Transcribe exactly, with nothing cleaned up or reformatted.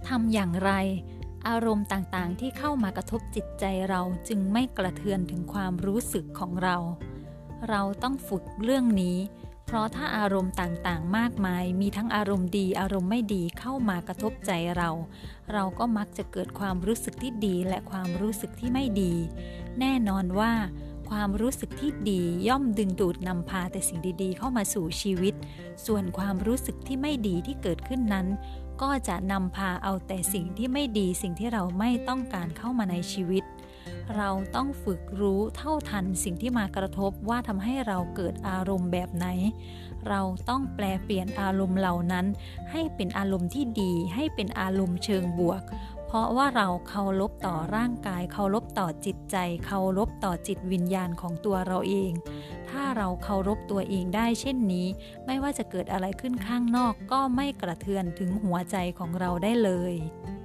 ทำอย่างไรอารมณ์ต่างๆที่เข้ามากระทบจิตใจเราจึงไม่กระเทือนถึงความรู้สึกของเราเราต้องฝึกเรื่องนี้เพราะถ้าอารมณ์ต่างๆมากมายมีทั้งอารมณ์ดีอารมณ์ไม่ดีเข้ามากระทบใจเราเราก็มักจะเกิดความรู้สึกที่ดีและความรู้สึกที่ไม่ดีแน่นอนว่าความรู้สึกที่ดีย่อมดึงดูดนำพาแต่สิ่งดีๆเข้ามาสู่ชีวิตส่วนความรู้สึกที่ไม่ดีที่เกิดขึ้นนั้นก็จะนำพาเอาแต่สิ่งที่ไม่ดีสิ่งที่เราไม่ต้องการเข้ามาในชีวิตเราต้องฝึกรู้เท่าทันสิ่งที่มากระทบว่าทำให้เราเกิดอารมณ์แบบไหนเราต้องแปลเปลี่ยนอารมณ์เหล่านั้นให้เป็นอารมณ์ที่ดีให้เป็นอารมณ์เชิงบวกเพราะว่าเราเคารพต่อร่างกายเคารพต่อจิตใจเคารพต่อจิตวิญญาณของตัวเราเองถ้าเราเคารพตัวเองได้เช่นนี้ไม่ว่าจะเกิดอะไรขึ้นข้างนอกก็ไม่กระเทือนถึงหัวใจของเราได้เลย